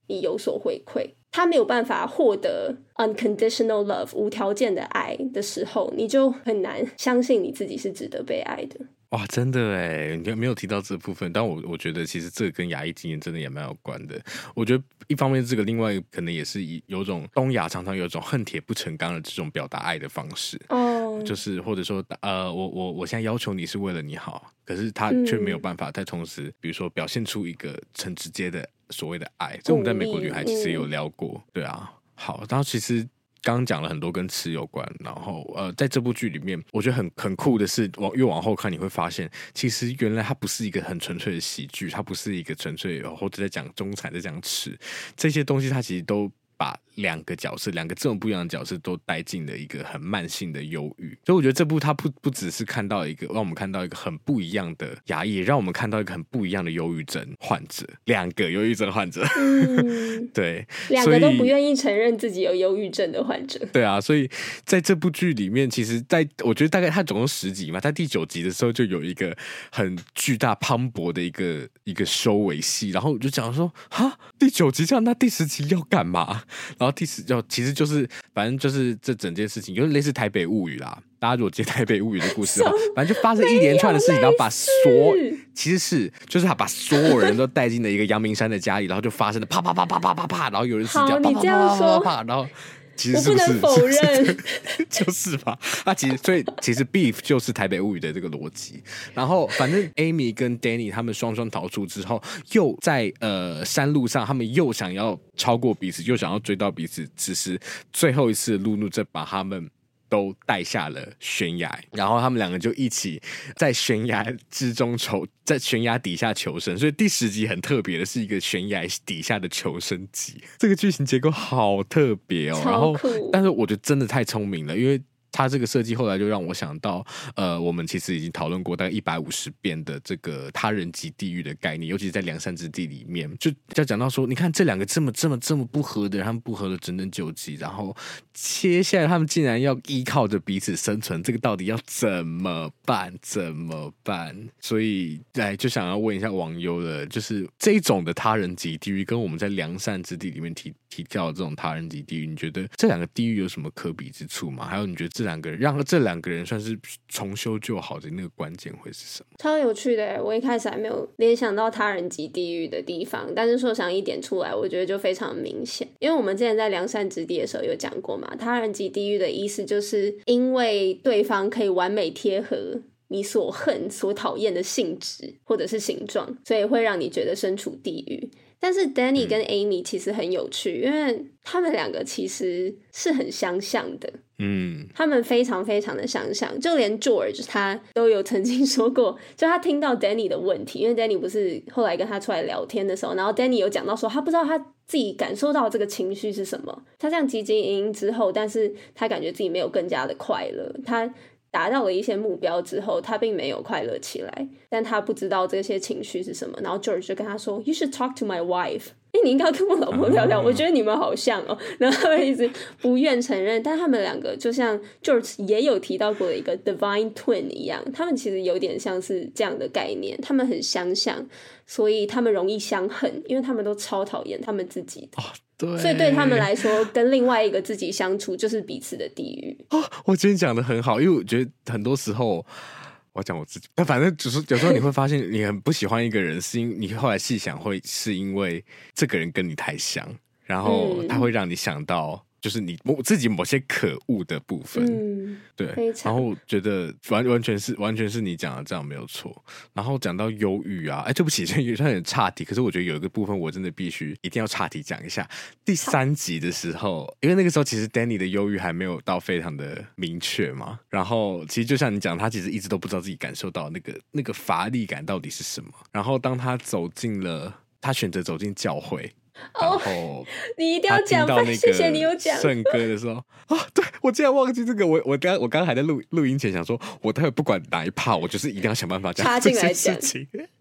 你有所回馈。他没有办法获得 unconditional love 无条件的爱的时候，你就很难相信你自己是值得被爱的。 哇，真的耶，你没有提到这部分，但我觉得其实这个跟亚裔经验真的也蛮有关的。我觉得一方面这个，另外可能也是有种东亚常常有种恨铁不成钢的这种表达爱的方式。就是或者说我现在要求你是为了你好，可是他却没有办法在同时比如说表现出一个很直接的所谓的爱。这我们在美国女孩其实也有聊过。对啊，好，然后其实刚刚讲了很多跟吃有关，然后在这部剧里面我觉得很酷的是越往后看你会发现，其实原来它不是一个很纯粹的喜剧，它不是一个纯粹或者在讲中产在讲吃这些东西，它其实都把两个这么不一样的角色都带进了一个很慢性的忧郁。所以我觉得这部它不只是看到一个让我们看到一个很不一样的亚裔，也让我们看到一个很不一样的忧郁症患者，两个忧郁症患者。对， 两个都不愿意承认自己有忧郁症的患者。 对啊，所以在这部剧里面，其实我觉得大概它总共10集嘛，在第9集的时候就有一个很巨大磅礴的一个收尾戏，然后我就讲说，哈，第9集这样，那第10集要干嘛？然后第10集其实就是反正就是这整件事情有点类似台北物语啦。大家如果接台北物语的故事的话，反正就发生一连串的事情，然后把其实就是他把所有人都带进了一个阳明山的家里，然后就发生了啪啪啪啪啪啪啪，然后有人死掉， 你这样说， 然后其实是不是我不能否认就是吧。所以其实 Beef 就是台北物语的这个逻辑。然后反正 Amy 跟 Danny 他们双双逃出之后，又在山路上，他们又想要超过彼此，又想要追到彼此，只是最后一次的路怒再把他们都带下了悬崖，然后他们两个就一起在悬崖之中在悬崖底下求生。所以第10集很特别的是一个悬崖底下的求生集，这个剧情结构好特别哦。然后但是我觉得真的太聪明了，因为他这个设计后来就让我想到我们其实已经讨论过大概150遍的这个他人即地狱的概念，尤其是在梁山之地里面就讲到说，你看这两个这么不合的人，他们不合了整整9集，然后接下来他们竟然要依靠着彼此生存，这个到底要怎么办？所以就想要问一下网友了，就是这种的他人即地狱跟我们在梁山之地里面提到的这种他人即地狱，你觉得这两个地狱有什么可比之处吗？还有你觉得让这两个人算是重修旧好的那个关键会是什么？ 超有趣的，我一开始还没有联想到他人即地狱的地方，但是硕翔一点出来，我觉得就非常明显。因为我们之前在梁山之地的时候有讲过嘛，他人即地狱的意思就是因为对方可以完美贴合你所恨所讨厌的性质或者是形状，所以会让你觉得身处地狱。但是 Danny 跟 Amy 其实很有趣，因为他们两个其实是很相像的。他们非常非常的相像，就连 George 他都有曾经说过，就他听到 Danny 的问题，因为 Danny 不是后来跟他出来聊天的时候，然后 Danny 有讲到说他不知道他自己感受到这个情绪是什么，他这样汲汲营营之后，但是他感觉自己没有更加的快乐，他达到了一些目标之后，他并没有快乐起来，但他不知道这些情绪是什么。然后 George 就跟他说 You should talk to my wife， 你应该跟我老婆聊聊，我觉得你们好像哦。然后他们一直不愿承认，但他们两个就像 George 也有提到过的一个 divine twin 一样，他们其实有点像是这样的概念，他们很相像，所以他们容易相恨，因为他们都超讨厌他们自己的。 对， 所以对他们来说，跟另外一个自己相处就是彼此的地狱。 我今天讲的很好，因为我觉得很多时候，我要讲我自己，但反正就是有时候你会发现，你很不喜欢一个人，是因为你后来细想，是因为这个人跟你太像，然后他会让你想到。就是你自己某些可恶的部分，对，然后觉得完全是你讲的这样没有错。然后讲到忧郁啊，对不起，这有点岔题，可是我觉得有一个部分我真的一定要岔题讲一下。第3集的时候，因为那个时候其实 Danny 的忧郁还没有到非常的明确嘛，然后其实就像你讲，他其实一直都不知道自己感受到那个乏力感到底是什么。然后当他选择走进教会。然后你一定要讲吧，谢谢你有讲圣歌的时候对，我竟然忘记这个，我刚还在录音前想说，我待会不管哪一趴，我就是一定要想办法讲这件事情。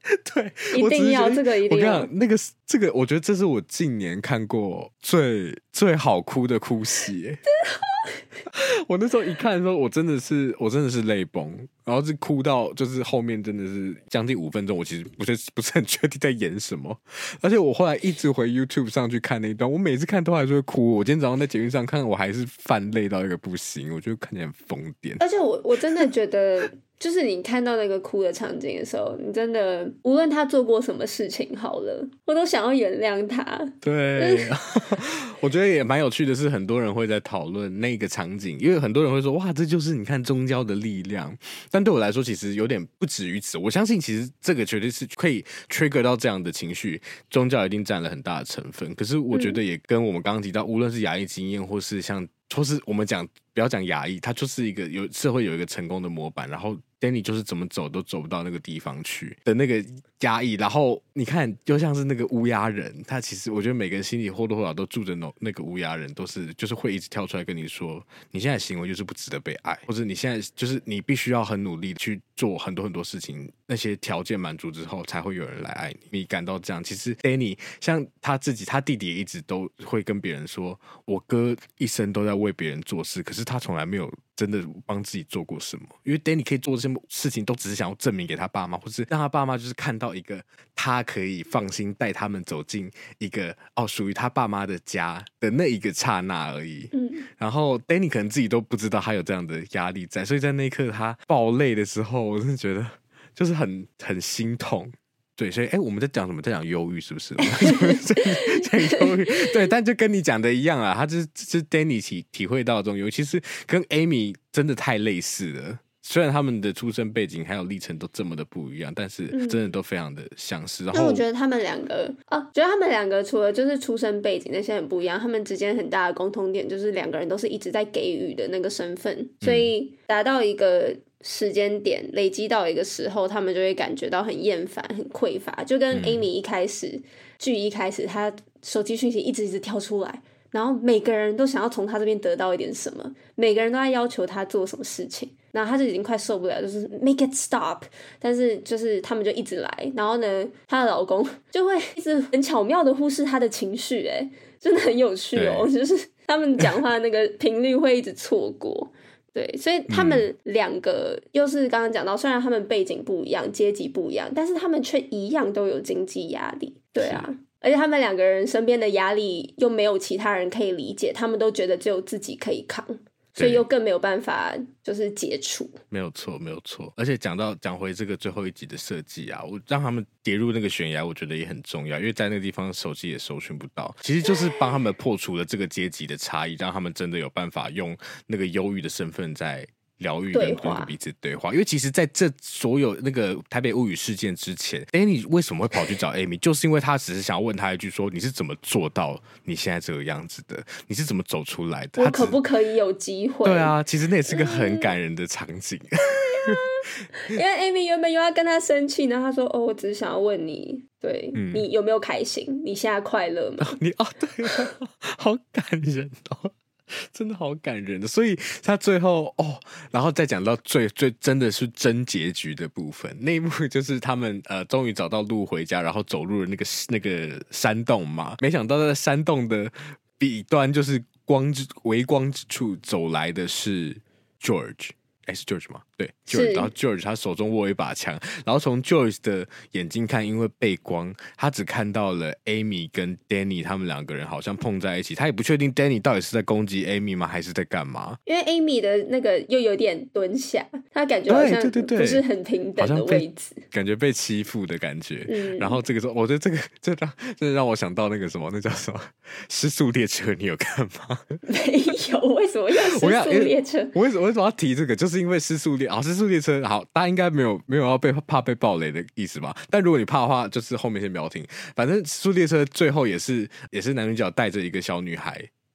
对， 一定要这个一定要。 我跟你讲，这个，我觉得这是我近年看过最好哭的哭戏耶。我那时候一看的时候，我真的是泪崩，然后是哭到就是后面真的是将近5分钟，我其实不是很确定在演什么，而且我后来一直回 YouTube 上去看那一段，我每次看都还是会哭。我今天早上在捷运上看，我还是泛泪到一个不行，我觉得看起来很疯癫。 而且我真的觉得。就是你看到那个哭的场景的时候，你真的无论他做过什么事情好了，我都想要原谅他。 对，我觉得也蛮有趣的是，很多人会在讨论那个场景，因为很多人会说哇，这就是你看宗教的力量。但对我来说，其实有点不止于此。我相信其实这个绝对是可以 trigger 到这样的情绪，宗教一定占了很大的成分。可是我觉得也跟我们刚刚提到，无论是亚裔经验，或是我们不要讲亚裔，他就是一个社会有一个成功的模板，然后 Danny 就是怎么走都走不到那个地方去的那个压抑。然后你看，就像是那个乌鸦人，他其实我觉得每个人心里或多或少都住着那个乌鸦人，就是会一直跳出来跟你说，你现在的行为就是不值得被爱，或者你现在就是你必须要很努力去做很多很多事情，那些条件满足之后才会有人来爱你。你感到这样，其实 Danny 像他自己，他弟弟也一直都会跟别人说，我哥一生都在为别人做事，可是他从来没有真的帮自己做过什么。因为 Danny 可以做这些事情都只是想要证明给他爸妈，或是让他爸妈就是看到一个他可以放心带他们走进一个属于他爸妈的家的那一个刹那而已。然后 Danny 可能自己都不知道他有这样的压力在，所以在那一刻他爆泪的时候，我真的觉得就是很心痛。对，所以我们在讲什么？在讲忧郁，是不是？讲忧郁，对，但就跟你讲的一样啊，他就是 Danny 体会到这种忧郁，其实跟 Amy 真的太类似了。虽然他们的出生背景还有历程都这么的不一样，但是真的都非常的相似。然后我觉得他们两个除了就是出生背景那些很不一样，他们之间很大的共同点就是两个人都是一直在给予的那个身份，所以达到一个时间点累积到一个时候，他们就会感觉到很厌烦很匮乏，就跟 Amy 剧一开始他手机讯息一直跳出来，然后每个人都想要从他这边得到一点什么，每个人都在要求他做什么事情，然后他就已经快受不了，就是 make it stop， 但是就是他们就一直来，然后呢她的老公就会一直很巧妙的忽视她的情绪，真的很有趣哦，就是他们讲话那个频率会一直错过。对，所以他们两个又是刚刚讲到，虽然他们背景不一样，阶级不一样，但是他们却一样都有经济压力。对啊，而且他们两个人身边的压力又没有其他人可以理解，他们都觉得只有自己可以扛，所以又更没有办法就是解除。没有错。 而且讲回这个最后一集的设计啊，我让他们跌入那个悬崖，我觉得也很重要，因为在那个地方手机也搜寻不到，其实就是帮他们破除了这个阶级的差异，让他们真的有办法用那个忧郁的身份在疗愈跟彼此对话。因为其实在这所有那个台北物语事件之前 Danny 为什么会跑去找 Amy 就是因为他只是想要问他一句说，你是怎么做到你现在这个样子的，你是怎么走出来的， 我可不可以有机会。 对啊，其实那也是个很感人的场景因为 Amy 原本又要跟他生气，然后他说我只是想要问你，对，你有没有开心，你现在快乐吗？ 对好感人真的好感人的。所以他最后然后再讲到最真的是真结局的部分，那一幕就是他们终于找到路回家，然后走入了那个山洞嘛。没想到在山洞的彼端，就是微光之处走来的是 George。是 George 吗？对 George， 然后 George 他手中握一把枪，然后从 George 的眼睛看，因为背光，他只看到了 Amy 跟 Danny 他们两个人好像碰在一起，他也不确定 Danny 到底是在攻击 Amy 吗，还是在干嘛？ 因为 Amy 的那个又有点蹲下，他感觉好像不是很平等的位置， 感觉被欺负的感觉。然后这个时候，我觉得这让我想到那个什么，那叫什么失速列车，你有看吗？ 没有，为什么要失速列车？ 我为什么要提这个？就是因为失速列车好，大家应该没有要怕被爆雷的意思吧？但如果你怕的话，就是后面先不要听。反正失速列车最后也是男主角带着一个小女孩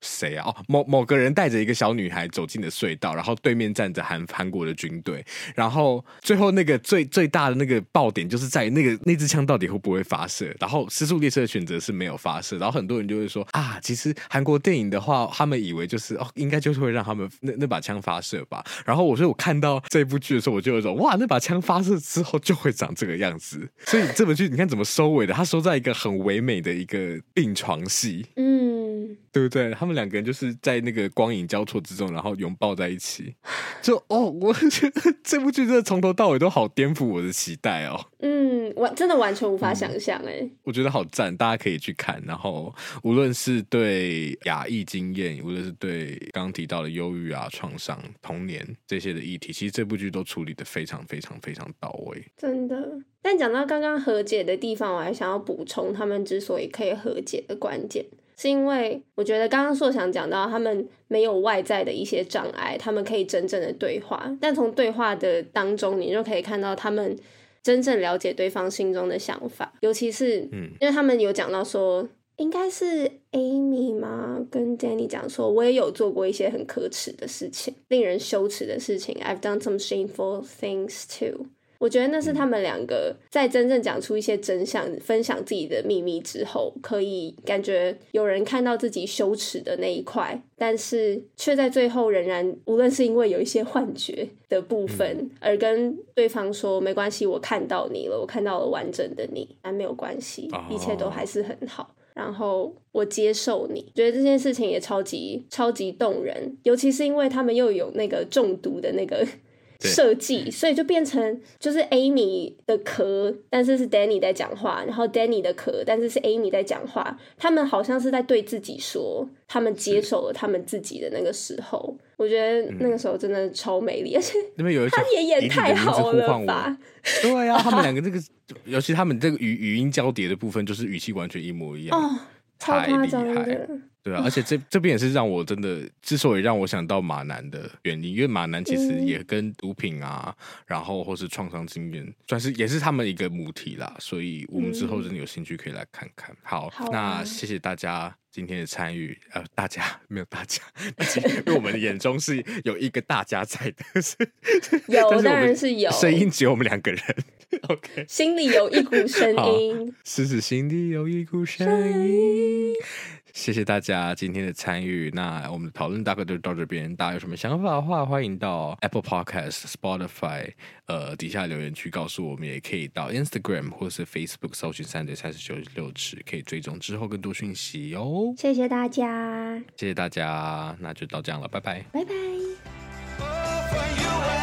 谁啊？某个人带着一个小女孩走进了隧道，然后对面站着韩国的军队，然后最后那个最大的那个爆点就是在那支枪到底会不会发射，然后失速列车的选择是没有发射，然后很多人就会说啊，其实韩国电影的话，他们以为就是应该就是会让他们那把枪发射吧，然后所以我看到这部剧的时候，我就有种哇，那把枪发射之后就会长这个样子，所以这部剧你看怎么收尾的，它收在一个很唯美的一个病床戏，对不对？他们两个人就是在那个光影交错之中，然后拥抱在一起，就我觉得这部剧真的从头到尾都好颠覆我的期待哦。 我真的完全无法想象我觉得好赞，大家可以去看。然后无论是对亚裔经验，无论是对刚刚提到的忧郁啊、创伤、童年这些的议题，其实这部剧都处理得非常非常非常到位， 真的。但讲到刚刚和解的地方，我还想要补充他们之所以可以和解的关键，是因为我觉得刚刚硕想讲到他们没有外在的一些障碍，他们可以真正的对话，但从对话的当中你就可以看到他们真正了解对方心中的想法，尤其是因为他们有讲到说应该是 Amy 吗跟 Danny 讲说，我也有做过一些很可耻的事情，令人羞耻的事情， I've done some shameful things too。我觉得那是他们两个在真正讲出一些真相，分享自己的秘密之后，可以感觉有人看到自己羞耻的那一块，但是却在最后仍然无论是因为有一些幻觉的部分而跟对方说没关系，我看到你了，我看到了完整的你，但没有关系，一切都还是很好，然后我接受你。觉得这件事情也超级超级动人，尤其是因为他们又有那个中毒的那个设计，所以就变成就是 Amy 的壳，但是是 Danny 在讲话，然后 Danny 的壳，但是是 Amy 在讲话，他们好像是在对自己说他们接受了他们自己的那个时候，我觉得那个时候真的超美丽，而且他也演太好了吧。 对啊，他们两个这个尤其他们这个语音交叠的部分就是语气完全一模一样， 超夸张的。 对啊，而且这边也是让我真的之所以让我想到马男的原因，因为马男其实也跟毒品啊，然后或是创伤经验算是也是他们一个母题啦，所以我们之后真的有兴趣可以来看看。好，那谢谢大家今天的参与，大家没有大家，因为我们的眼中是有一个大家在的， 有当然是有， 声音只有我们两个人。OK， 心里有一股声音， 是心里有一股声音。谢谢大家今天的参与，那我们的讨论大概就到这边，大家有什么想法的话，欢迎到 Apple Podcast、Spotify 底下留言区告诉我们，也可以到 Instagram 或是 Facebook 搜寻3点39.6尺，可以追踪之后更多讯息哦。 谢谢大家， 谢谢大家，那就到这样了，拜拜， 拜拜。